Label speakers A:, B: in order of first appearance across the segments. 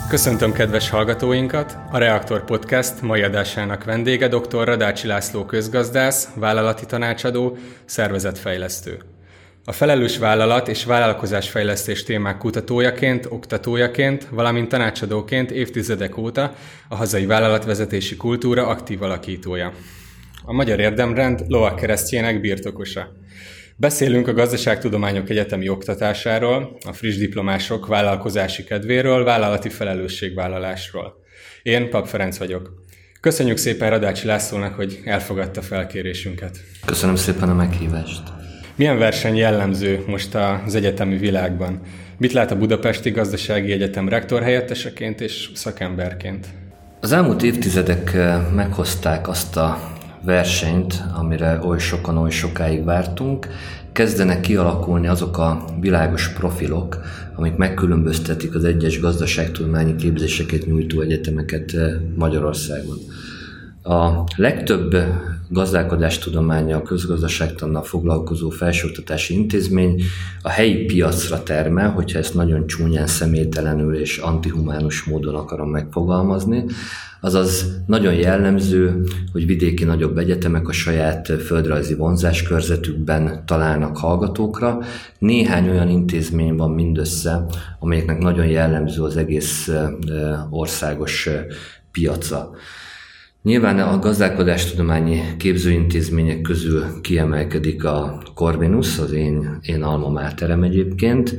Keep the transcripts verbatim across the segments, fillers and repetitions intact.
A: Köszöntöm kedves hallgatóinkat! A Reaktor Podcast mai adásának vendége dr. Radácsi László közgazdász, vállalati tanácsadó, szervezetfejlesztő. A felelős vállalat és vállalkozásfejlesztés témák kutatójaként, oktatójaként, valamint tanácsadóként évtizedek óta a hazai vállalatvezetési kultúra aktív alakítója. A Magyar Érdemrend lovagkeresztjének birtokosa. Beszélünk a Gazdaságtudományok Egyetemi oktatásáról, a friss diplomások vállalkozási kedvéről, vállalati felelősségvállalásról. Én Pap Ferenc vagyok. Köszönjük szépen Radácsi Lászlónak, hogy elfogadta felkérésünket.
B: Köszönöm szépen a meghívást.
A: Milyen verseny jellemző most az egyetemi világban? Mit lát a Budapesti Gazdasági Egyetem rektorhelyetteseként és szakemberként?
B: Az elmúlt évtizedek meghozták azt a versenyt, amire oly sokan, oly sokáig vártunk. Kezdenek kialakulni azok a világos profilok, amik megkülönböztetik az egyes gazdaságtudományi képzéseket nyújtó egyetemeket Magyarországon. A legtöbb gazdálkodástudománnyal, közgazdaságtannal foglalkozó felsőoktatási intézmény a helyi piacra termel, hogyha ezt nagyon csúnyán, személytelenül és antihumánus módon akarom megfogalmazni. Azaz nagyon jellemző, hogy vidéki nagyobb egyetemek a saját földrajzi vonzáskörzetükben találnak hallgatókra. Néhány olyan intézmény van mindössze, amelyeknek nagyon jellemző az egész országos piaca. Nyilván a gazdálkodástudományi képzőintézmények közül kiemelkedik a Corvinus, az én, én alma máterem egyébként,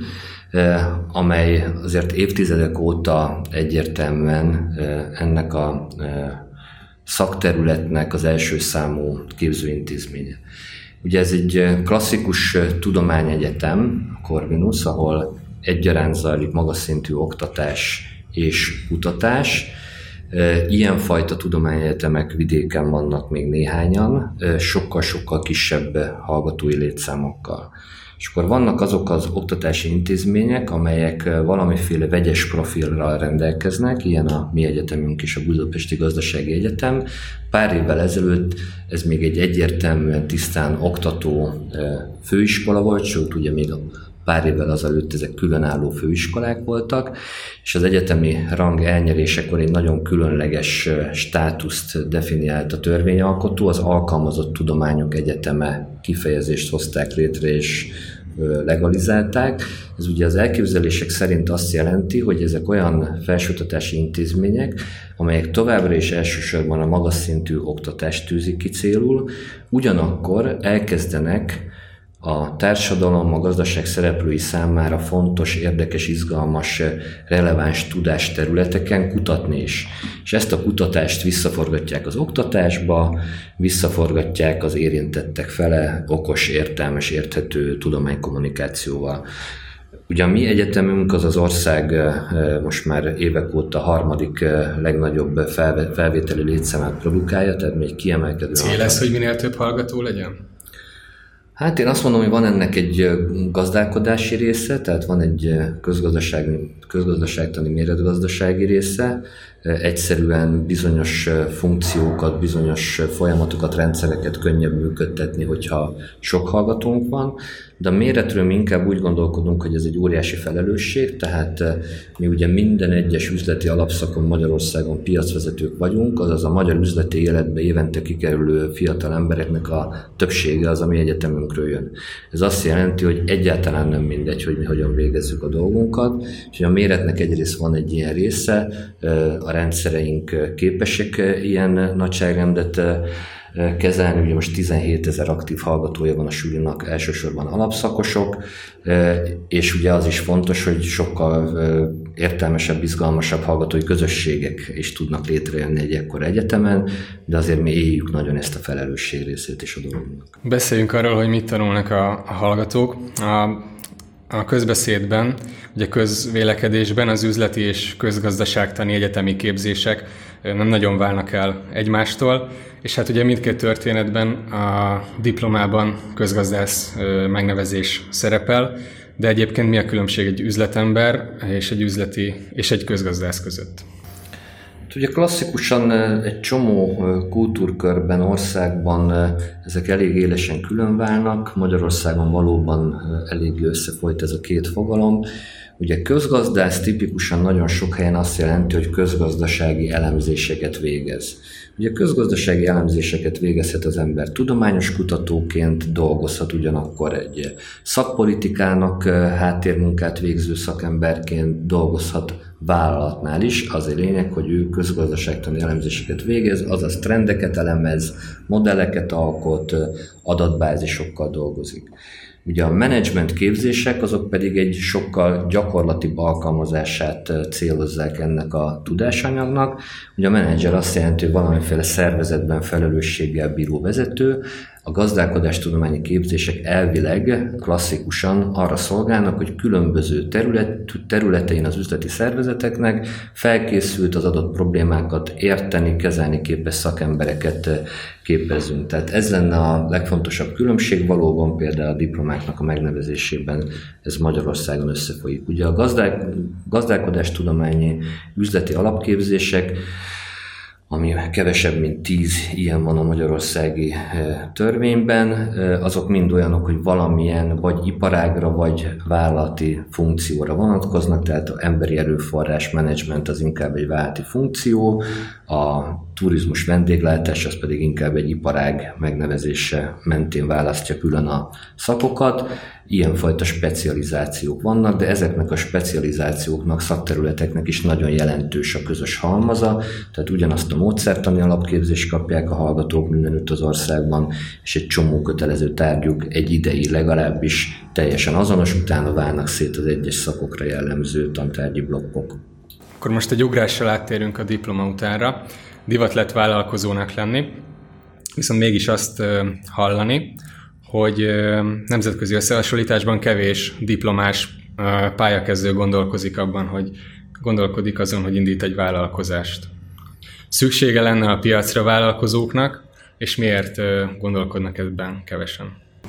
B: amely azért évtizedek óta egyértelműen ennek a szakterületnek az első számú képzőintézménye. Ugye ez egy klasszikus tudományegyetem, a Corvinus, ahol egyaránt zajlik magas szintű oktatás és kutatás. Ilyenfajta tudományegyetemek vidéken vannak még néhányan, sokkal-sokkal kisebb hallgatói létszámokkal. És akkor vannak azok az oktatási intézmények, amelyek valamiféle vegyes profilral rendelkeznek, ilyen a mi egyetemünk is, a Budapesti Gazdasági Egyetem. Pár évvel ezelőtt ez még egy egyértelműen tisztán oktató főiskola volt, sőt ugye még a pár évvel azelőtt ezek különálló főiskolák voltak, és az egyetemi rang elnyerésekor egy nagyon különleges státuszt definiált a törvényalkotó, az Alkalmazott Tudományok Egyeteme kifejezést hozták létre és legalizálták. Ez ugye az elképzelések szerint azt jelenti, hogy ezek olyan felsőoktatási intézmények, amelyek továbbra is elsősorban a magas szintű oktatást tűzik ki célul, ugyanakkor elkezdenek a társadalom, a gazdaság szereplői számára fontos, érdekes, izgalmas, releváns tudásterületeken kutatni is. És ezt a kutatást visszaforgatják az oktatásba, visszaforgatják az érintettek fele okos, értelmes, érthető tudománykommunikációval. Ugye a mi egyetemünk az az ország most már évek óta harmadik legnagyobb felvételi létszámát produkálja, tehát még kiemelkedő.
A: Cél lesz, hogy minél több hallgató legyen?
B: Hát én azt mondom, hogy van ennek egy gazdálkodási része, tehát van egy közgazdaság, közgazdaságtani méretgazdasági része, egyszerűen bizonyos funkciókat, bizonyos folyamatokat, rendszereket könnyebb működtetni, hogyha sok hallgatónk van, de a méretről mi inkább úgy gondolkodunk, hogy ez egy óriási felelősség, tehát mi ugye minden egyes üzleti alapszakon Magyarországon piacvezetők vagyunk, azaz a magyar üzleti életbe évente kikerülő fiatal embereknek a többsége az, ami egyetemünkről jön. Ez azt jelenti, hogy egyáltalán nem mindegy, hogy mi hogyan végezzük a dolgunkat, és a méretnek egyrészt van egy ilyen része, a rendszereink képesek ilyen nagyságrendet kezelni. Ugye most tizenhétezer aktív hallgatója van a sulinak, elsősorban alapszakosok, és ugye az is fontos, hogy sokkal értelmesebb, izgalmasabb hallgatói közösségek is tudnak létrejönni egy ekkora egyetemen, de azért mi éljük nagyon ezt a felelősség részét is a dolognak.
A: Beszéljünk arról, hogy mit tanulnak a, a hallgatók. A A közbeszédben, ugye közvélekedésben az üzleti és közgazdaságtani egyetemi képzések nem nagyon válnak el egymástól, és hát ugye mindkét történetben a diplomában közgazdász megnevezés szerepel, de egyébként mi a különbség egy üzletember és egy üzleti és egy közgazdász között?
B: Ugye klasszikusan egy csomó kultúrkörben, országban ezek elég élesen különválnak. Magyarországon valóban elég összefolyt ez a két fogalom. Ugye közgazdász tipikusan nagyon sok helyen azt jelenti, hogy közgazdasági elemzéseket végez. Ugye közgazdasági elemzéseket végezhet az ember tudományos kutatóként, dolgozhat ugyanakkor egy szakpolitikának háttérmunkát végző szakemberként, dolgozhat vállalatnál is. Az a lényeg, hogy ő közgazdaságtani elemzéseket végez, azaz trendeket elemez, modelleket alkot, adatbázisokkal dolgozik. Ugye a menedzsment képzések azok pedig egy sokkal gyakorlatibb alkalmazását célozzák ennek a tudásanyagnak. Ugye a menedzser azt jelenti, hogy valamiféle szervezetben felelősséggel bíró vezető. A gazdálkodástudományi képzések elvileg klasszikusan arra szolgálnak, hogy különböző terület, területein az üzleti szervezeteknek felkészült az adott problémákat érteni, kezelni képes szakembereket képezzünk. Tehát ez lenne a legfontosabb különbség, valóban például a diplomáknak a megnevezésében ez Magyarországon összefolyik. Ugye a gazdál, gazdálkodástudományi üzleti alapképzések, ami kevesebb, mint tíz ilyen van a magyarországi törvényben, azok mind olyanok, hogy valamilyen vagy iparágra, vagy vállalati funkcióra vonatkoznak, tehát az emberi erőforrás menedzsment az inkább egy vállalati funkció, a turizmus vendéglátás az pedig inkább egy iparág megnevezése mentén választja külön a szakokat. Ilyenfajta specializációk vannak, de ezeknek a specializációknak, szakterületeknek is nagyon jelentős a közös halmaza, tehát ugyanazt a módszertani alapképzést kapják a hallgatók mindenütt az országban, és egy csomó kötelező tárgyuk egy ideig legalábbis teljesen azonos, utána válnak szét az egyes szakokra jellemző tantárgyi blokkok.
A: Akkor most egy ugrással áttérünk a diploma utánra. Divat lett vállalkozónak lenni, viszont mégis azt hallani, hogy nemzetközi összehasonlításban kevés diplomás pályakezdő gondolkozik abban, hogy gondolkodik azon, hogy indít egy vállalkozást. Szüksége lenne a piacra vállalkozóknak, és miért gondolkodnak ebben kevesen?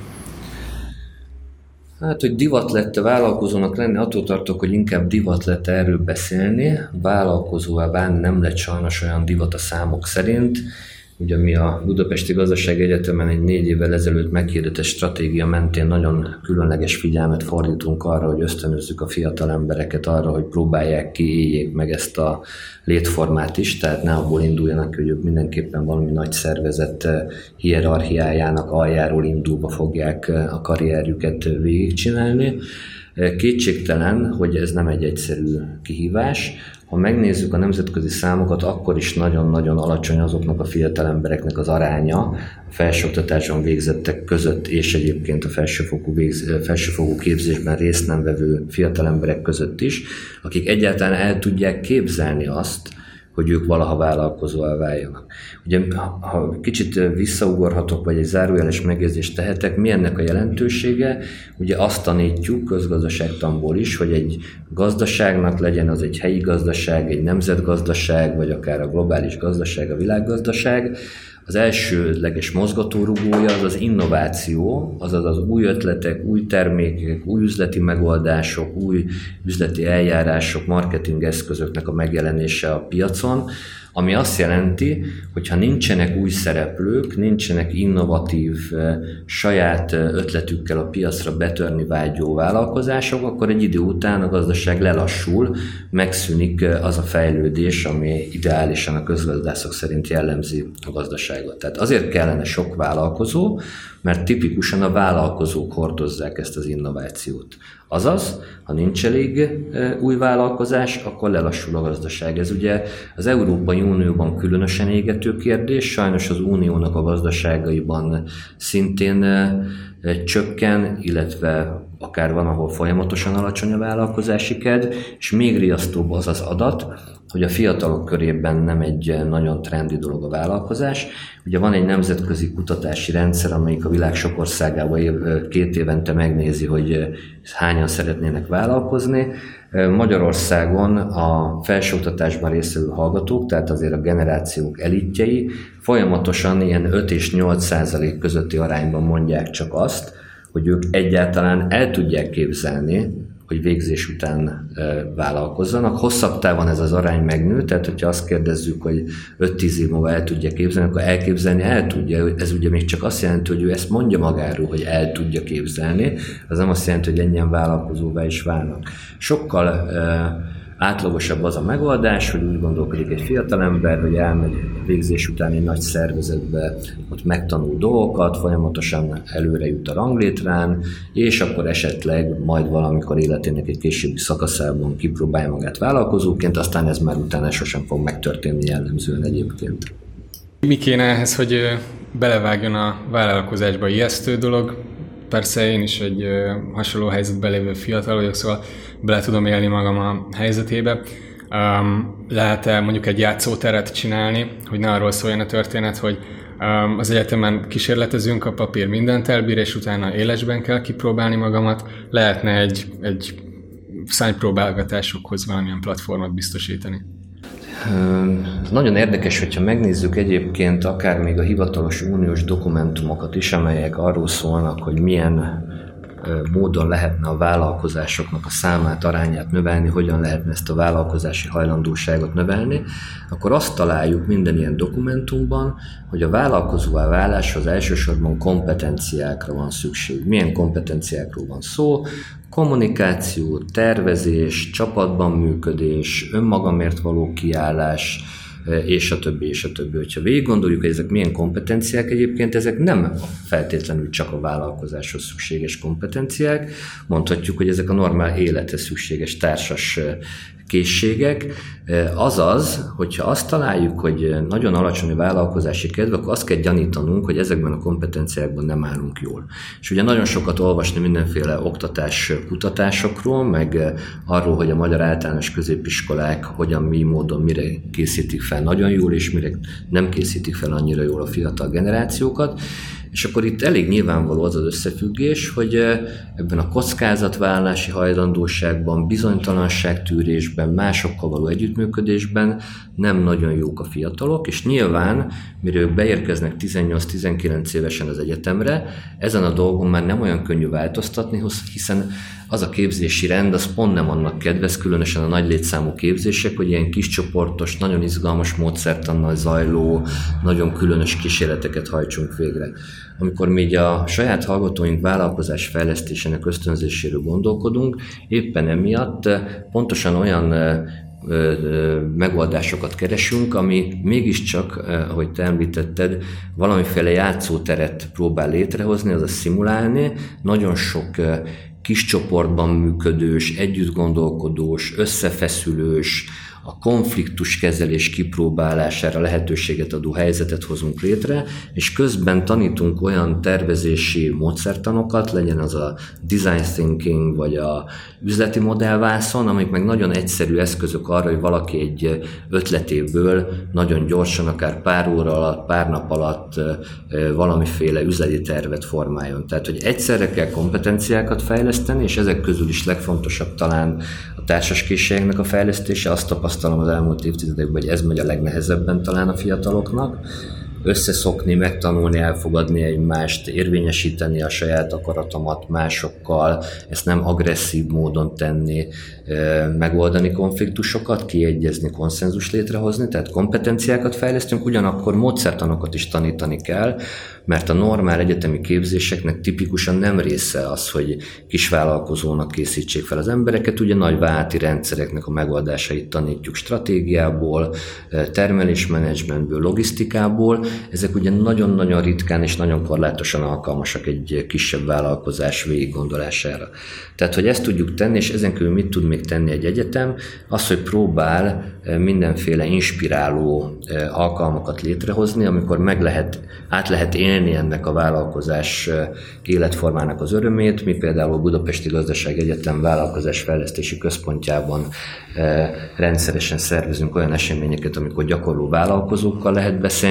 B: Hát, hogy divat lett a vállalkozónak lenni, attól tartok, hogy inkább divat lett erről beszélni. Vállalkozóvá válni nem lett sajnos olyan divat a számok szerint. Ugye mi a Budapesti Gazdasági Egyetemen egy négy évvel ezelőtt meghirdetett stratégia mentén nagyon különleges figyelmet fordítunk arra, hogy ösztönözzük a fiatal embereket arra, hogy próbálják ki, éljék meg ezt a létformát is, tehát ne abból induljanak, hogy ők mindenképpen valami nagy szervezet hierarchiájának aljáról indulva fogják a karrierjüket végigcsinálni. Kétségtelen, hogy ez nem egy egyszerű kihívás. Ha megnézzük a nemzetközi számokat, akkor is nagyon-nagyon alacsony azoknak a fiatal embereknek az aránya a felsőoktatáson végzettek között, és egyébként a felsőfokú, végz, felsőfokú képzésben részt nem vevő fiatal emberek között is, akik egyáltalán el tudják képzelni azt, hogy ők valaha vállalkozóvá váljanak. Ugye, ha kicsit visszaugorhatok, vagy egy zárójeles megjegyzést tehetek, mi ennek a jelentősége? Ugye azt tanítjuk közgazdaságtanból is, hogy egy gazdaságnak legyen az egy helyi gazdaság, egy nemzetgazdaság, vagy akár a globális gazdaság, a világgazdaság, az elsődleges mozgatórugója az az innováció, azaz az új ötletek, új termékek, új üzleti megoldások, új üzleti eljárások, marketing eszközöknek a megjelenése a piacon, ami azt jelenti, hogy ha nincsenek új szereplők, nincsenek innovatív, saját ötletükkel a piacra betörni vágyó vállalkozások, akkor egy idő után a gazdaság lelassul, megszűnik az a fejlődés, ami ideálisan a közgazdászok szerint jellemzi a gazdaságot. Tehát azért kellene sok vállalkozó, mert tipikusan a vállalkozók hordozzák ezt az innovációt. Azaz, ha nincs elég új vállalkozás, akkor lelassul a gazdaság. Ez ugye az Európai Unióban különösen égető kérdés, sajnos az Uniónak a gazdaságaiban szintén csökken, illetve akár van, ahol folyamatosan alacsony a vállalkozási kedv, és még riasztóbb az az adat, hogy a fiatalok körében nem egy nagyon trendi dolog a vállalkozás. Ugye van egy nemzetközi kutatási rendszer, amelyik a világ sok országában év, két évente megnézi, hogy hányan szeretnének vállalkozni. Magyarországon a felsőoktatásban résztvevő hallgatók, tehát azért a generációk elitjei folyamatosan ilyen öt és nyolc százalék közötti arányban mondják csak azt, hogy ők egyáltalán el tudják képzelni, hogy végzés után vállalkozzanak. Hosszabb távon ez az arány megnő, tehát hogyha azt kérdezzük, hogy öt-tíz év múlva el tudja képzelni, akkor elképzelni el tudja. Ez ugye még csak azt jelenti, hogy ő ezt mondja magáról, hogy el tudja képzelni, az nem azt jelenti, hogy ennyien vállalkozóvá is válnak. Sokkal átlagosabb az a megoldás, hogy úgy gondolkodik egy fiatalember, hogy elmegy végzés után egy nagy szervezetbe, ott megtanul dolgokat, folyamatosan előre jut a ranglétrán, és akkor esetleg majd valamikor életének egy későbbi szakaszában kipróbálja magát vállalkozóként, aztán ez már utána sosem fog megtörténni jellemzően egyébként.
A: Mi kéne ehhez, hogy belevágjon a vállalkozásba? Ijesztő dolog? Persze én is egy hasonló helyzetben lévő fiatal vagyok, szóval bele tudom élni magam a helyzetébe. Um, lehet-e mondjuk egy játszóteret csinálni, hogy ne arról szóljon a történet, hogy um, az egyetemen kísérletezünk, a papír mindent elbír, és utána élesben kell kipróbálni magamat. Lehetne egy, egy szánypróbálgatásokhoz valamilyen platformot biztosítani?
B: Nagyon érdekes, hogyha megnézzük egyébként akár még a hivatalos uniós dokumentumokat is, amelyek arról szólnak, hogy milyen módon lehetne a vállalkozásoknak a számát, arányát növelni, hogyan lehetne ezt a vállalkozási hajlandóságot növelni, akkor azt találjuk minden ilyen dokumentumban, hogy a vállalkozóvá váláshoz elsősorban kompetenciákra van szükség. Milyen kompetenciákról van szó? Kommunikáció, tervezés, csapatban működés, önmagamért való kiállás, és a többi, és a többi. Hogyha végig gondoljuk, hogy ezek milyen kompetenciák, egyébként ezek nem feltétlenül csak a vállalkozáshoz szükséges kompetenciák, mondhatjuk, hogy ezek a normál élethez szükséges társas készségek, azaz, hogyha azt találjuk, hogy nagyon alacsony vállalkozási kedv, akkor azt kell gyanítanunk, hogy ezekben a kompetenciákban nem állunk jól. És ugye nagyon sokat olvasni mindenféle oktatás kutatásokról, meg arról, hogy a magyar általános középiskolák hogyan, mi módon, mire készítik fel nagyon jól, és mire nem készítik fel annyira jól a fiatal generációkat. És akkor itt elég nyilvánvaló az az összefüggés, hogy ebben a kockázatvállalási hajlandóságban, bizonytalanságtűrésben, másokkal való együttműködésben nem nagyon jók a fiatalok, és nyilván, mire ők beérkeznek tizennyolc-tizenkilenc évesen az egyetemre, ezen a dolgon már nem olyan könnyű változtatni, hiszen az a képzési rend, az pont nem annak kedvez, különösen a nagy létszámú képzések, hogy ilyen kiscsoportos, nagyon izgalmas módszertannal zajló, nagyon különös kísérleteket hajtsunk végre. Amikor mi így a saját hallgatóink vállalkozás fejlesztésének ösztönzéséről gondolkodunk, éppen emiatt pontosan olyan megoldásokat keresünk, ami mégiscsak, ahogy te említetted, valamiféle játszóteret próbál létrehozni, azaz szimulálni, nagyon sok kis csoportban működős, együttgondolkodós, összefeszülős, a konfliktuskezelés kipróbálására lehetőséget adó helyzetet hozunk létre, és közben tanítunk olyan tervezési módszertanokat, legyen az a design thinking, vagy a üzleti modellvászon, amik meg nagyon egyszerű eszközök arra, hogy valaki egy ötletéből nagyon gyorsan, akár pár óra alatt, pár nap alatt valamiféle üzleti tervet formáljon. Tehát, hogy egyszerre kell kompetenciákat fejleszteni, és ezek közül is legfontosabb talán a társaskészségnek a fejlesztése. Azt tapasztalom az elmúlt évtizedekben, hogy ez megy a legnehezebben talán a fiataloknak. Összeszokni, megtanulni, elfogadni egymást, érvényesíteni a saját akaratomat másokkal, ezt nem agresszív módon tenni, megoldani konfliktusokat, kiegyezni, konszenzus létrehozni, tehát kompetenciákat fejlesztünk, ugyanakkor módszertanokat is tanítani kell, mert a normál egyetemi képzéseknek tipikusan nem része az, hogy kisvállalkozónak készítsék fel az embereket, ugye nagy vállalati rendszereknek a megoldásait tanítjuk stratégiából, termelésmenedzsmentből, logisztikából, ezek ugye nagyon-nagyon ritkán és nagyon korlátosan alkalmasak egy kisebb vállalkozás végiggondolására. Tehát, hogy ezt tudjuk tenni, és ezen kívül mit tud még tenni egy egyetem, az, hogy próbál mindenféle inspiráló alkalmakat létrehozni, amikor meg lehet, át lehet élni ennek a vállalkozás életformának az örömét. Mi például a Budapesti Gazdasági Egyetem Vállalkozásfejlesztési Központjában rendszeresen szervezünk olyan eseményeket, amikor gyakorló vállalkozókkal lehet beszélni,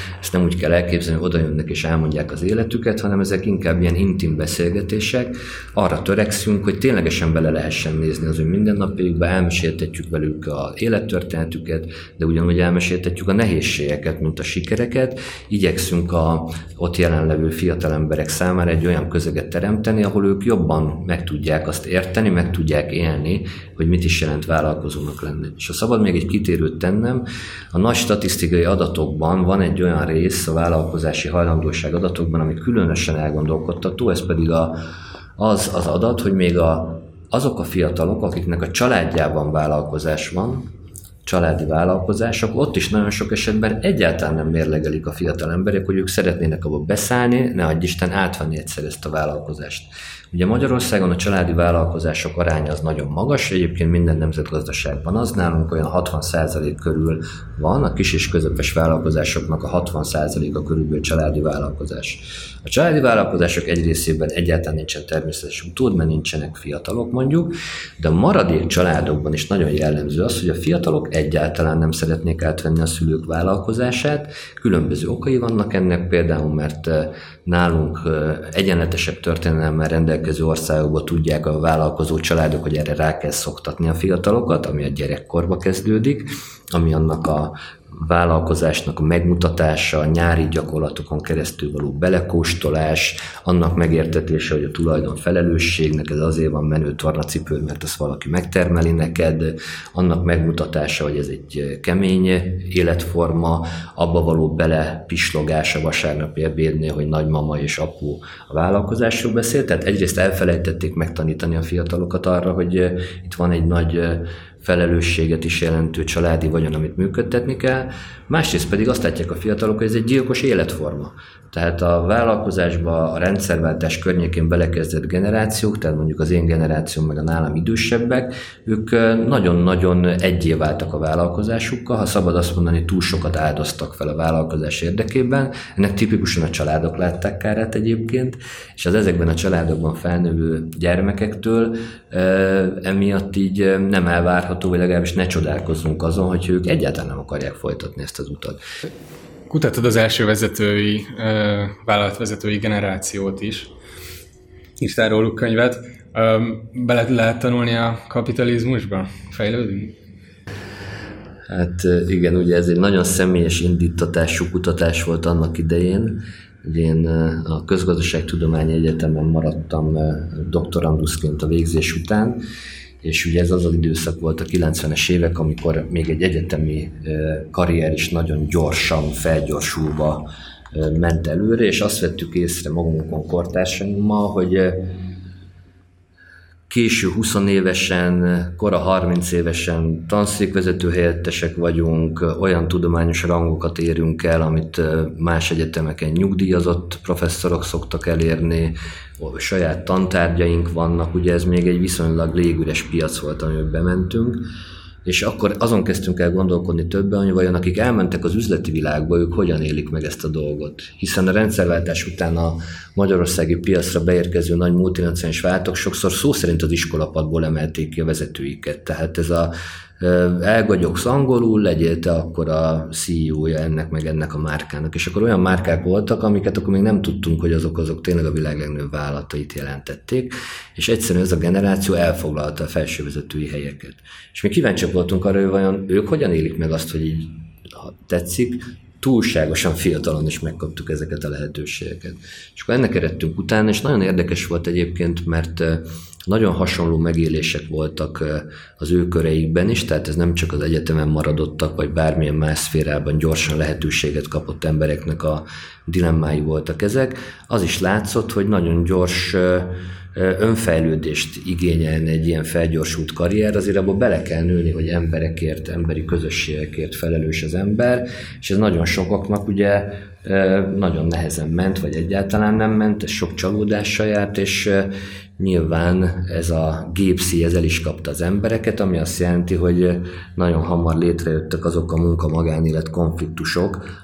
B: ezt nem úgy kell elképzelni, hogy oda jönnek és elmondják az életüket, hanem ezek inkább ilyen intim beszélgetések. Arra törekszünk, hogy ténylegesen bele lehessen nézni az ő mindennapjukba, elmeséltetjük velük az élettörténetüket, de ugyanúgy elmeséltetjük a nehézségeket, mint a sikereket. Igyekszünk a ott jelenlevő fiatal emberek számára egy olyan közeget teremteni, ahol ők jobban meg tudják azt érteni, meg tudják élni, hogy mit is jelent vállalkozónak lenni. És ha szabad még egy kitérőt tennem, a nagy statisztikai adatokban van egy olyan rész a vállalkozási hajlandóság adatokban, ami különösen elgondolkodtató, ez pedig a, az az adat, hogy még a, azok a fiatalok, akiknek a családjában vállalkozás van, családi vállalkozások, ott is nagyon sok esetben egyáltalán nem mérlegelik a fiatal emberek, hogy ők szeretnének abba beszállni, ne adj Isten átvenni egyszer ezt a vállalkozást. Ugye Magyarországon a családi vállalkozások aránya az nagyon magas, egyébként minden nemzetgazdaságban az, nálunk olyan hatvan százalék körül van, a kis és közepes vállalkozásoknak a hatvan százaléka körülbelül családi vállalkozás. A családi vállalkozások egy részében egyáltalán nincsen természetes utód, mert nincsenek fiatalok mondjuk, de a maradék családokban is nagyon jellemző az, hogy a fiatalok egyáltalán nem szeretnék átvenni a szülők vállalkozását. Különböző okai vannak ennek, például mert nálunk egyenletesebb történelemmel rendelkező országokban tudják a vállalkozó családok, hogy erre rá kell szoktatni a fiatalokat, ami a gyerekkorba kezdődik, ami annak a vállalkozásnak a megmutatása, a nyári gyakorlatokon keresztül való belekóstolás, annak megértetése, hogy a tulajdon felelősségnek ez azért van menő tornacipőd, mert azt valaki megtermeli neked, annak megmutatása, hogy ez egy kemény életforma, abba való belepislogás a vasárnapi ebédnél, hogy nagymama és apu a vállalkozásról beszél. Tehát egyrészt elfelejtették megtanítani a fiatalokat arra, hogy itt van egy nagy felelősséget is jelentő családi vagyon, amit működtetni kell, másrészt pedig azt látják a fiatalok, hogy ez egy gyilkos életforma. Tehát a vállalkozásba a rendszerváltás környékén belekezdett generációk, tehát mondjuk az én generációm meg a nálam idősebbek, ők nagyon-nagyon egyé váltak a vállalkozásukkal, ha szabad azt mondani, túl sokat áldoztak fel a vállalkozás érdekében. Ennek tipikusan a családok látták kárát egyébként, és az ezekben a családokban felnövő gyermekektől emiatt így nem elvárható, vagy legalábbis ne csodálkozzunk azon, hogy ők egyáltalán nem akarják folytatni ezt az utat.
A: Kutatod az első vezetői, vállalatvezetői generációt is. Írtál róluk könyvet. Bele lehet tanulni a kapitalizmusba? Fejlődni?
B: Hát igen, ugye ez egy nagyon személyes indítatású kutatás volt annak idején. Ugye én a Közgazdaságtudományi Egyetemen maradtam doktoranduszként a végzés után, és ugye ez az az időszak volt a kilencvenes évek, amikor még egy egyetemi karrier is nagyon gyorsan, felgyorsulva ment előre, és azt vettük észre magunkon kortársaimmal, hogy késő húsz évesen, kora harminc évesen tanszékvezető helyettesek vagyunk, olyan tudományos rangokat érünk el, amit más egyetemeken nyugdíjazott professzorok szoktak elérni, saját tantárgyaink vannak, ugye ez még egy viszonylag légüres piac volt, amiben bementünk, és akkor azon kezdtünk el gondolkodni többen, hogy vajon akik elmentek az üzleti világba, ők hogyan élik meg ezt a dolgot. Hiszen a rendszerváltás után a magyarországi piacra beérkező nagy multinacionális vállalatok sokszor szó szerint az iskolapadból emelték ki a vezetőiket. Tehát ez a elgagyogsz angolul, legyél te akkor a cé e ó-ja ennek meg ennek a márkának. És akkor olyan márkák voltak, amiket akkor még nem tudtunk, hogy azok azok tényleg a világ legnagyobb vállalatait jelentették, és egyszerűen ez a generáció elfoglalta a felsővezetői helyeket. És mi kíváncsiak voltunk arra, hogy vajon ők hogyan élik meg azt, hogy így, ha tetszik, túlságosan fiatalon is megkaptuk ezeket a lehetőségeket. És akkor ennek eredtünk utána, és nagyon érdekes volt egyébként, mert nagyon hasonló megélések voltak az ő köreikben is, tehát ez nem csak az egyetemen maradottak, vagy bármilyen más szférában gyorsan lehetőséget kapott embereknek a dilemmái voltak ezek. Az is látszott, hogy nagyon gyors önfejlődést igényelne egy ilyen felgyorsult karrier, azért abba bele kell nőni, hogy emberekért, emberi közösségekért felelős az ember, és ez nagyon sokaknak ugye nagyon nehezen ment, vagy egyáltalán nem ment, ez sok csalódással járt, és nyilván ez a gépszi, ez el is kapta az embereket, ami azt jelenti, hogy nagyon hamar létrejöttek azok a munka-magánélet konfliktusok,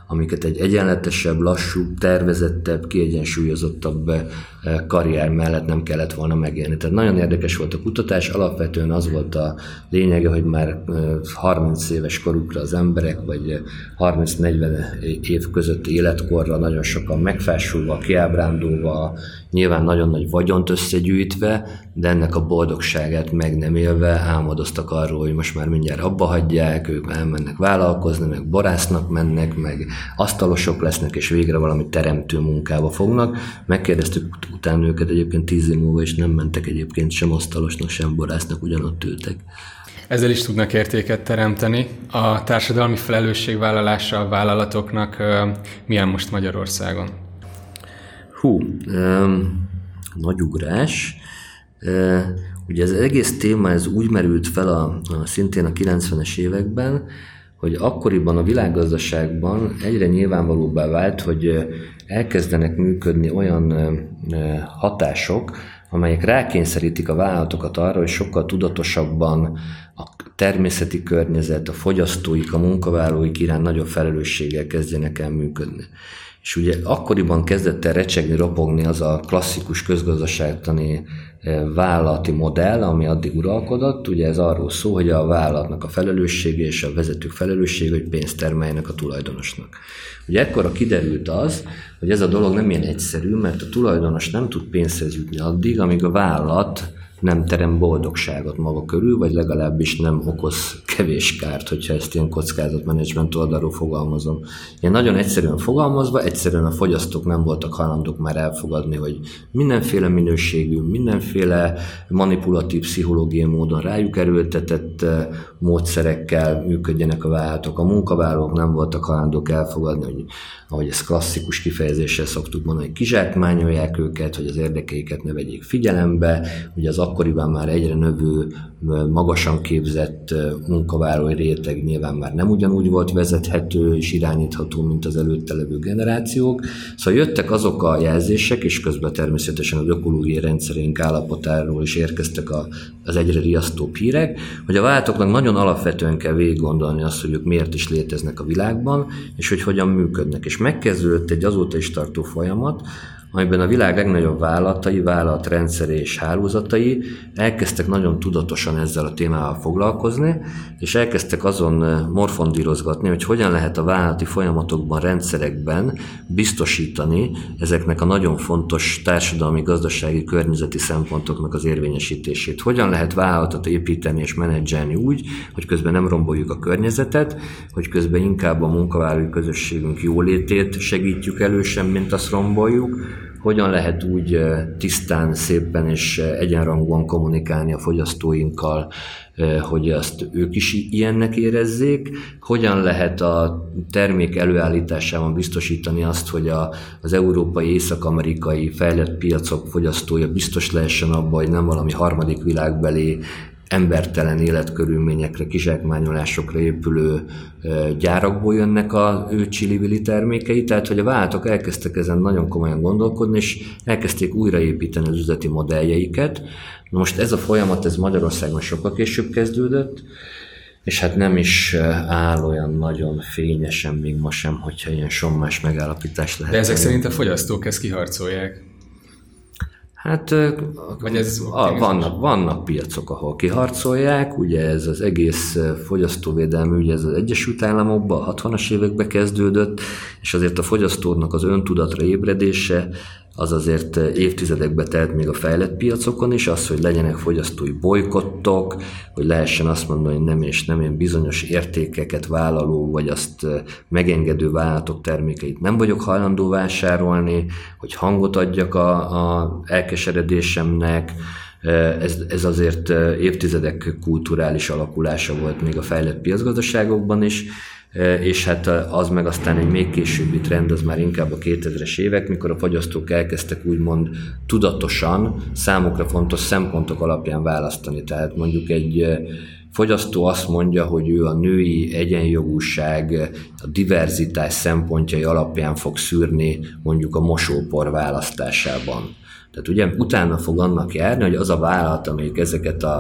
B: amiket egy egyenletesebb, lassú, tervezettebb, kiegyensúlyozottabb karrier mellett nem kellett volna megélni. Tehát nagyon érdekes volt a kutatás, alapvetően az volt a lényege, hogy már harminc éves korukra az emberek, vagy harminc-negyven év közötti életkorra nagyon sokan megfásulva, kiábrándulva, nyilván nagyon nagy vagyont összegyűjtve, de ennek a boldogságát meg nem élve álmodoztak arról, hogy most már mindjárt abba hagyják, ők elmennek vállalkozni, meg borásznak mennek, meg asztalosok lesznek, és végre valami teremtő munkába fognak. Megkérdeztük utána őket egyébként tíz év múlva, és nem mentek egyébként sem asztalosnak, sem borásznak, ugyanott ültek.
A: Ezzel is tudnak értéket teremteni. A társadalmi felelősségvállalása a vállalatoknak milyen most Magyarországon?
B: Hú, um, nagy ugrás. Uh, ugye az egész téma ez úgy merült fel a, a szintén a kilencvenes években, hogy akkoriban a világgazdaságban egyre nyilvánvalóbbá vált, hogy elkezdenek működni olyan hatások, amelyek rákényszerítik a vállalatokat arra, hogy sokkal tudatosabban a természeti környezet, a fogyasztóik, a munkavállalóik iránt nagyobb felelősséggel kezdjenek el működni. És ugye akkoriban kezdett el recsegni, ropogni az a klasszikus közgazdaságtani vállalati modell, ami addig uralkodott. Ugye ez arról szól, hogy a vállalatnak a felelőssége és a vezetők felelőssége, hogy pénzt termeljenek a tulajdonosnak. Ugye ekkora kiderült az, hogy ez a dolog nem ilyen egyszerű, mert a tulajdonos nem tud pénzhez jutni addig, amíg a vállalat nem terem boldogságot maga körül, vagy legalábbis nem okoz kevés kárt, hogyha ezt ilyen kockázatmenedzsment oldalról fogalmazom. Ilyen nagyon egyszerűen fogalmazva, egyszerűen a fogyasztók nem voltak hajlandók már elfogadni, hogy mindenféle minőségű, mindenféle manipulatív, pszichológiai módon rájuk erőltetett módszerekkel működjenek a vállalatok. A munkavállalók nem voltak hajlandók elfogadni, hogy ahogy ezt klasszikus kifejezéssel szoktuk mondani, hogy kizsákmányolják őket, hogy az érdekeiket ne vegyék figyelembe, hogy az akkoriban már egyre növő, magasan képzett munkavállalói réteg nyilván már nem ugyanúgy volt vezethető és irányítható, mint az előtte levő generációk. Szóval jöttek azok a jelzések, és közben természetesen az ökológiai rendszerünk állapotáról is érkeztek a, az egyre riasztóbb hírek, hogy a vállalatoknak nagyon alapvetően kell végig gondolni azt, hogy ők miért is léteznek a világban, és hogy hogyan működnek. És megkezdődött egy azóta is tartó folyamat, amiben a világ legnagyobb vállalatai, vállalatrendszere és hálózatai elkezdtek nagyon tudatosan ezzel a témával foglalkozni, és elkezdtek azon morfondírozgatni, hogy hogyan lehet a vállalati folyamatokban, rendszerekben biztosítani ezeknek a nagyon fontos társadalmi, gazdasági, környezeti szempontoknak az érvényesítését. Hogyan lehet vállalatot építeni és menedzselni úgy, hogy közben nem romboljuk a környezetet, hogy közben inkább a munkavállalói közösségünk jólétét segítjük elő, sem, mint azt romboljuk. Hogyan lehet úgy tisztán, szépen és egyenrangúan kommunikálni a fogyasztóinkkal, hogy azt ők is ilyennek érezzék, hogyan lehet a termék előállításában biztosítani azt, hogy a, az európai, észak-amerikai fejlett piacok fogyasztója biztos lehessen abban, hogy nem valami harmadik világbeli embertelen életkörülményekre, kizsákmányolásokra épülő gyárakból jönnek a ő csili-vili termékei, tehát hogy a vállalatok elkezdtek ezen nagyon komolyan gondolkodni, és elkezdték újraépíteni az üzleti modelljeiket. Na most ez a folyamat, ez Magyarországon sokkal később kezdődött, és hát nem is áll olyan nagyon fényesen még ma sem, hogyha ilyen sommás megállapítás lehet.
A: De ezek szerint a fogyasztók ezt kiharcolják.
B: Hát Vagy ez a, vannak, vannak piacok, ahol kiharcolják, ugye ez az egész fogyasztóvédelmi ügy, ez az Egyesült Államokban a hatvanas években kezdődött, és azért a fogyasztónak az öntudatra ébredése az azért évtizedekbe telt még a fejlett piacokon is, az, hogy legyenek fogyasztói bolykottok, hogy lehessen azt mondani, hogy nem és nem én bizonyos értékeket vállaló, vagy azt megengedő vállalatok termékeit nem vagyok hajlandó vásárolni, hogy hangot adjak a, a elkeseredésemnek. Ez, ez azért évtizedek kulturális alakulása volt még a fejlett piacgazdaságokban is, és hát az meg aztán egy még későbbi trend, az már inkább a kétezres évek, mikor a fogyasztók elkezdtek úgymond tudatosan számukra fontos szempontok alapján választani. Tehát mondjuk egy fogyasztó azt mondja, hogy ő a női egyenjogúság, a diverzitás szempontjai alapján fog szűrni mondjuk a mosópor választásában. Tehát ugye utána fog annak járni, hogy az a vállalat, amelyik ezeket a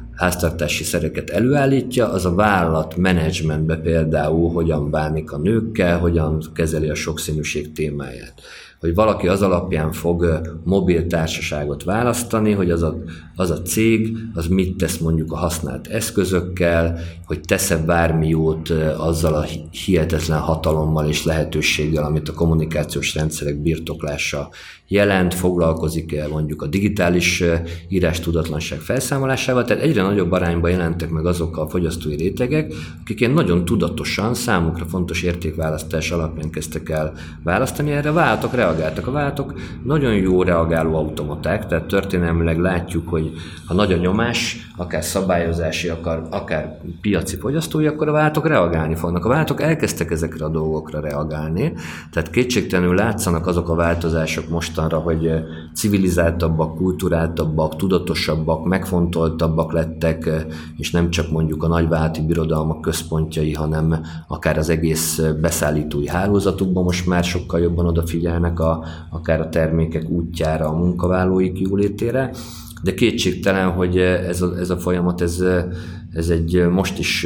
B: háztartási szereket előállítja, az a vállalat menedzsmentbe például hogyan bánik a nőkkel, hogyan kezeli a sokszínűség témáját. Hogy valaki az alapján fog mobil társaságot választani, hogy az a, az a cég, az mit tesz mondjuk a használt eszközökkel, hogy tesz-e bármi jót azzal a hihetetlen hatalommal és lehetőséggel, amit a kommunikációs rendszerek birtoklása jelent, foglalkozik-e mondjuk a digitális írástudatlanság felszámolásával, tehát egyre nagyobb arányban jelentek meg azok a fogyasztói rétegek, akik ilyen nagyon tudatosan, számukra fontos értékválasztás alapján kezdtek el választani, erre vállalatok reagáltak. A vállalatok nagyon jó reagáló automaták, tehát történelmileg látjuk, hogy ha nagy a nyomás, akár szabályozási, akár, akár piaci fogyasztói, akkor a vállalatok reagálni fognak. A vállalatok elkezdtek ezekre a dolgokra reagálni, tehát kétségtelenül látszanak azok a változások mostanra, hogy civilizáltabbak, kulturáltabbak, tudatosabbak, megfontoltabbak lettek, és nem csak mondjuk a nagyvállalati birodalmak központjai, hanem akár az egész beszállítói hálózatukban most már sokkal jobban odafigyelnek a, akár a termékek útjára, a munkavállalóik jólétére. De kétségtelen, hogy ez a, ez a folyamat, ez, ez egy most is,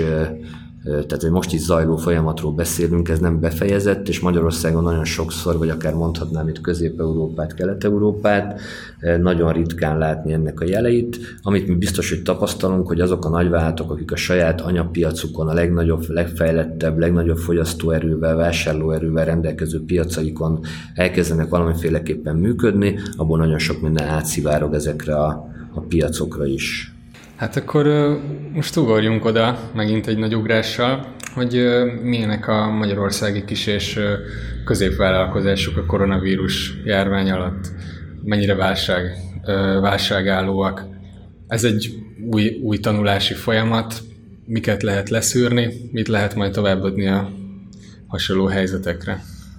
B: tehát egy most is zajló folyamatról beszélünk, ez nem befejezett, és Magyarországon nagyon sokszor, vagy akár mondhatnám itt Közép-Európát, Kelet-Európát, nagyon ritkán látni ennek a jeleit. Amit mi biztos, hogy tapasztalunk, hogy azok a nagyvállalatok, akik a saját anyapiacukon, a legnagyobb, legfejlettebb, legnagyobb fogyasztóerővel, vásárlóerővel rendelkező piacaikon elkezdenek valamiféleképpen működni, abból nagyon sok minden átszivárog ezekre a, a piacokra is.
A: Hát akkor most ugorjunk oda megint egy nagy ugrással, hogy milyenek a magyarországi kis és középvállalkozások a koronavírus járvány alatt, mennyire válság, válságállóak. Ez egy új, új tanulási folyamat, miket lehet leszűrni, mit lehet majd továbbadni a hasonló helyzetekre.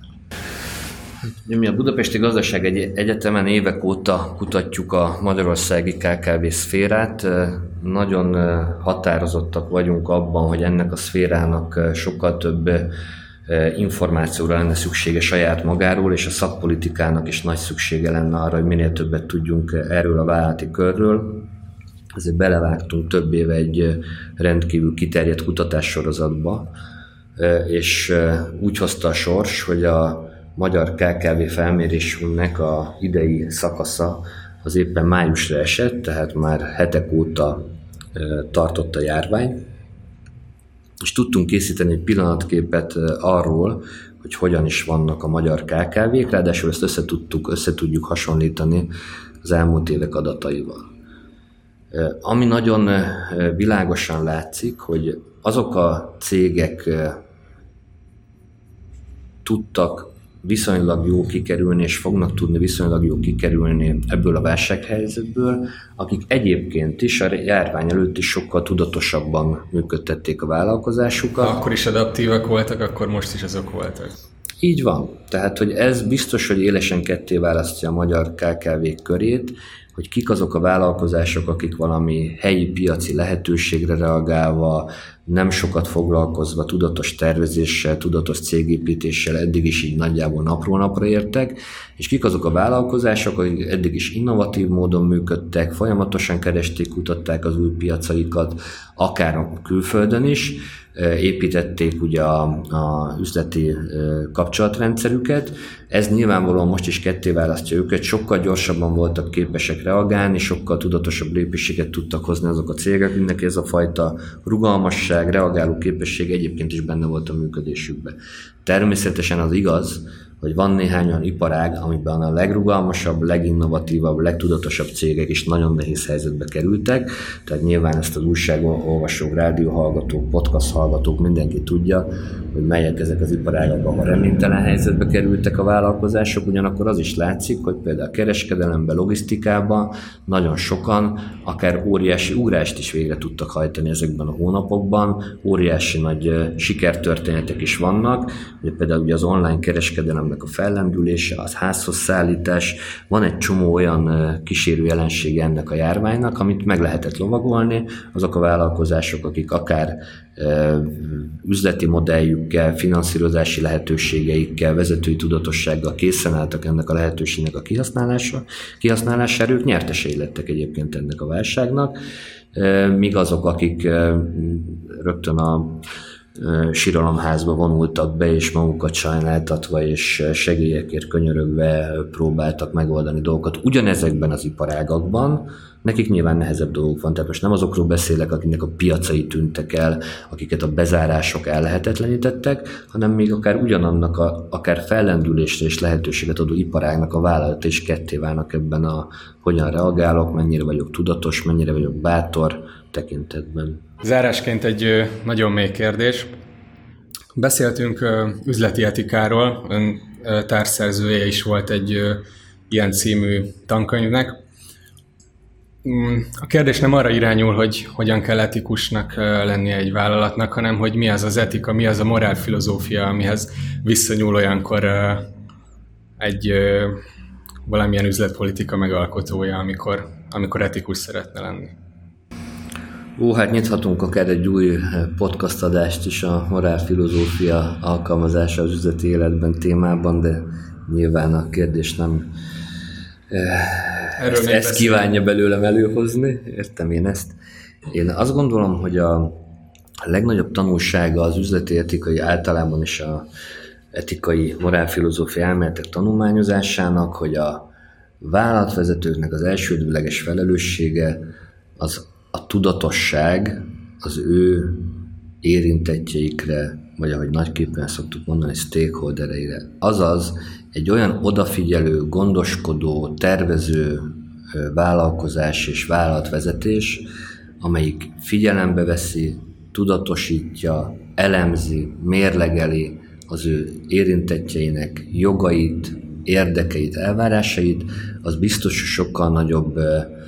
B: Mi a Budapesti Gazdasági Egyetemen évek óta kutatjuk a magyarországi ká ká vé szférát. Nagyon határozottak vagyunk abban, hogy ennek a szférának sokkal több információra lenne szüksége saját magáról, és a szakpolitikának is nagy szüksége lenne arra, hogy minél többet tudjunk erről a vállalati körről. Ezért belevágtunk több éve egy rendkívül kiterjedt kutatássorozatba, és úgy hozta a sors, hogy a magyar ká ká vé felmérésünknek a idei szakasza az éppen májusra esett, tehát már hetek óta tartott a járvány, és tudtunk készíteni egy pillanatképet arról, hogy hogyan is vannak a magyar ká ká vék, ráadásul ezt összetudtuk, összetudjuk hasonlítani az elmúlt évek adataival. Ami nagyon világosan látszik, hogy azok a cégek tudtak viszonylag jó kikerülni, és fognak tudni viszonylag jó kikerülni ebből a válsághelyzetből, akik egyébként is a járvány előtt is sokkal tudatosabban működtették a vállalkozásukat.
A: Akkor is adaptívak voltak, akkor most is azok voltak.
B: Így van. Tehát, hogy ez biztos, hogy élesen ketté választja a magyar ká ká vék körét, hogy kik azok a vállalkozások, akik valami helyi piaci lehetőségre reagálva, nem sokat foglalkozva, tudatos tervezéssel, tudatos cégépítéssel eddig is így nagyjából napról napra értek, és kik azok a vállalkozások, akik eddig is innovatív módon működtek, folyamatosan keresték, kutatták az új piacaikat, akár a külföldön is, építették ugye a, a üzleti kapcsolatrendszerüket. Ez nyilvánvalóan most is ketté választja őket, sokkal gyorsabban voltak képesek reagálni, sokkal tudatosabb lépéseket tudtak hozni azok a cégek, mindenki ez a fajta rugalmasság, reagáló képesség egyébként is benne volt a működésükben. Természetesen az igaz, hogy van néhány olyan iparág, amiben a legrugalmasabb, leginnovatívabb, legtudatosabb cégek is nagyon nehéz helyzetbe kerültek, tehát nyilván ezt az újságolvasók, rádióhallgatók, podcast hallgatók, mindenki tudja, hogy melyek ezek az iparágak, ahol reménytelen helyzetbe kerültek a vállalkozások, ugyanakkor az is látszik, hogy például a kereskedelemben, logisztikában nagyon sokan akár óriási ugrást is végre tudtak hajtani ezekben a hónapokban, óriási nagy sikertörténetek is vannak, hogy például ugye az online kereskedelem a fellendülése, az házhoz szállítás, van egy csomó olyan kísérő jelensége ennek a járványnak, amit meg lehetett lovagolni, azok a vállalkozások, akik akár üzleti modelljükkel, finanszírozási lehetőségeikkel, vezetői tudatossággal készen álltak ennek a lehetőségnek a kihasználása, kihasználására, ők nyertesei lettek egyébként ennek a válságnak, míg azok, akik rögtön a síralomházba vonultak be, és magukat sajnáltatva és segélyekért könyörögve próbáltak megoldani dolgokat ugyanezekben az iparágakban, nekik nyilván nehezebb dolgok van. Tehát most nem azokról beszélek, akiknek a piacai tűntek el, akiket a bezárások ellehetetlenítettek, hanem még akár ugyanannak a, akár fellendülésre és lehetőséget adó iparágnak a vállalata is ketté válnak ebben a hogyan reagálok, mennyire vagyok tudatos, mennyire vagyok bátor tekintetben.
A: Zárásként egy nagyon mély kérdés. Beszéltünk üzleti etikáról, ön társszerzője is volt egy ilyen című tankönyvnek. A kérdés nem arra irányul, hogy hogyan kell etikusnak lennie egy vállalatnak, hanem hogy mi az az etika, mi az a morálfilozófia, amihez visszanyúl olyankor egy valamilyen üzletpolitika megalkotója, amikor, amikor etikus szeretne lenni.
B: Ó, hát nyithatunk akár egy új podcast adást is a morálfilozófia alkalmazása az üzleti életben témában, de nyilván a kérdés nem ezt, ezt kívánja belőlem előhozni, értem én ezt. Én azt gondolom, hogy a legnagyobb tanulsága az üzleti etikai általában is a etikai morálfilozófia elméletek tanulmányozásának, hogy a vállalatvezetőknek az elsődleges felelőssége az a tudatosság az ő érintettjeikre, vagy ahogy nagyképpen szoktuk mondani, stakeholdereire. Azaz egy olyan odafigyelő, gondoskodó, tervező vállalkozás és vállalatvezetés, amelyik figyelembe veszi, tudatosítja, elemzi, mérlegeli az ő érintettjeinek jogait, érdekeit, elvárásait, az biztos, hogy sokkal nagyobb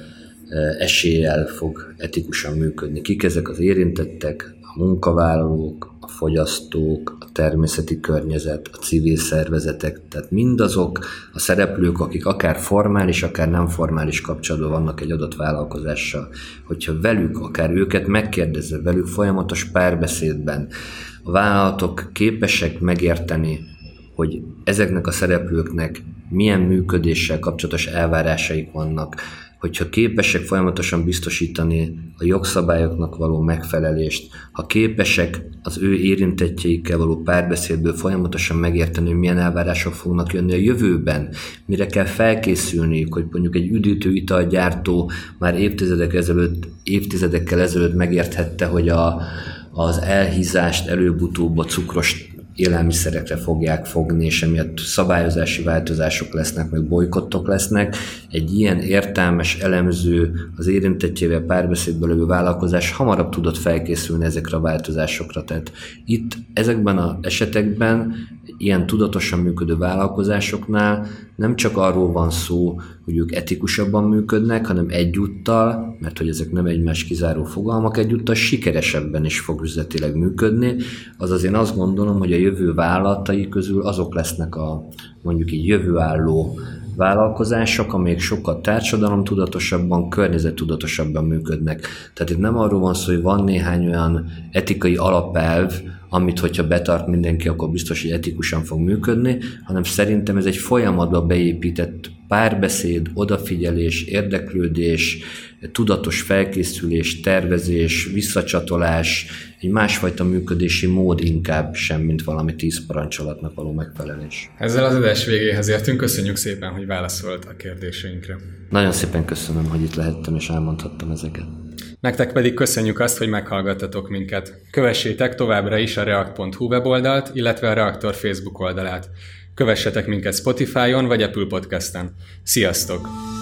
B: eséllyel fog etikusan működni. Kik ezek az érintettek? A munkavállalók, a fogyasztók, a természeti környezet, a civil szervezetek, tehát mindazok a szereplők, akik akár formális, akár nem formális kapcsolatban vannak egy adott vállalkozással. Hogyha velük, akár őket megkérdezve, velük folyamatos párbeszédben a vállalatok képesek megérteni, hogy ezeknek a szereplőknek milyen működéssel kapcsolatos elvárásaik vannak, hogyha képesek folyamatosan biztosítani a jogszabályoknak való megfelelést, ha képesek az ő érintettjeikkel való párbeszédből folyamatosan megérteni, hogy milyen elvárások fognak jönni a jövőben, mire kell felkészülniük, hogy mondjuk egy üdítő italgyártó már évtizedek ezelőtt, évtizedekkel ezelőtt megérthette, hogy a, az elhízást előbb-utóbb a cukros élelmiszerekre fogják fogni, és emiatt szabályozási változások lesznek, meg bolykottok lesznek. Egy ilyen értelmes, elemző, az érintettjével párbeszédbe lövő vállalkozás hamarabb tudott felkészülni ezekre a változásokra. Tehát itt ezekben az esetekben ilyen tudatosan működő vállalkozásoknál nem csak arról van szó, hogy ők etikusabban működnek, hanem egyúttal, mert hogy ezek nem egymás kizáró fogalmak, egyúttal sikeresebben is fog üzletileg működni. Azaz én azt gondolom, hogy a jövő vállalatai közül azok lesznek a mondjuk így jövőálló vállalkozások, amelyek sokkal társadalomtudatosabban, környezettudatosabban működnek. Tehát itt nem arról van szó, hogy van néhány olyan etikai alapelv, amit hogyha betart mindenki, akkor biztos, hogy etikusan fog működni, hanem szerintem ez egy folyamatba beépített párbeszéd, odafigyelés, érdeklődés, tudatos felkészülés, tervezés, visszacsatolás, egy másfajta működési mód inkább sem, mint valami tíz parancsolatnak való megfelelés.
A: Ezzel az adás végéhez értünk. Köszönjük szépen, hogy válaszolt a kérdéseinkre.
B: Nagyon szépen köszönöm, hogy itt lehettem és elmondhattam ezeket.
A: Nektek pedig köszönjük azt, hogy meghallgattatok minket. Kövessétek továbbra is a react pont hu weboldalt, illetve a Reaktor Facebook oldalát. Kövessetek minket Spotify-on vagy Apple Podcasten. Sziasztok!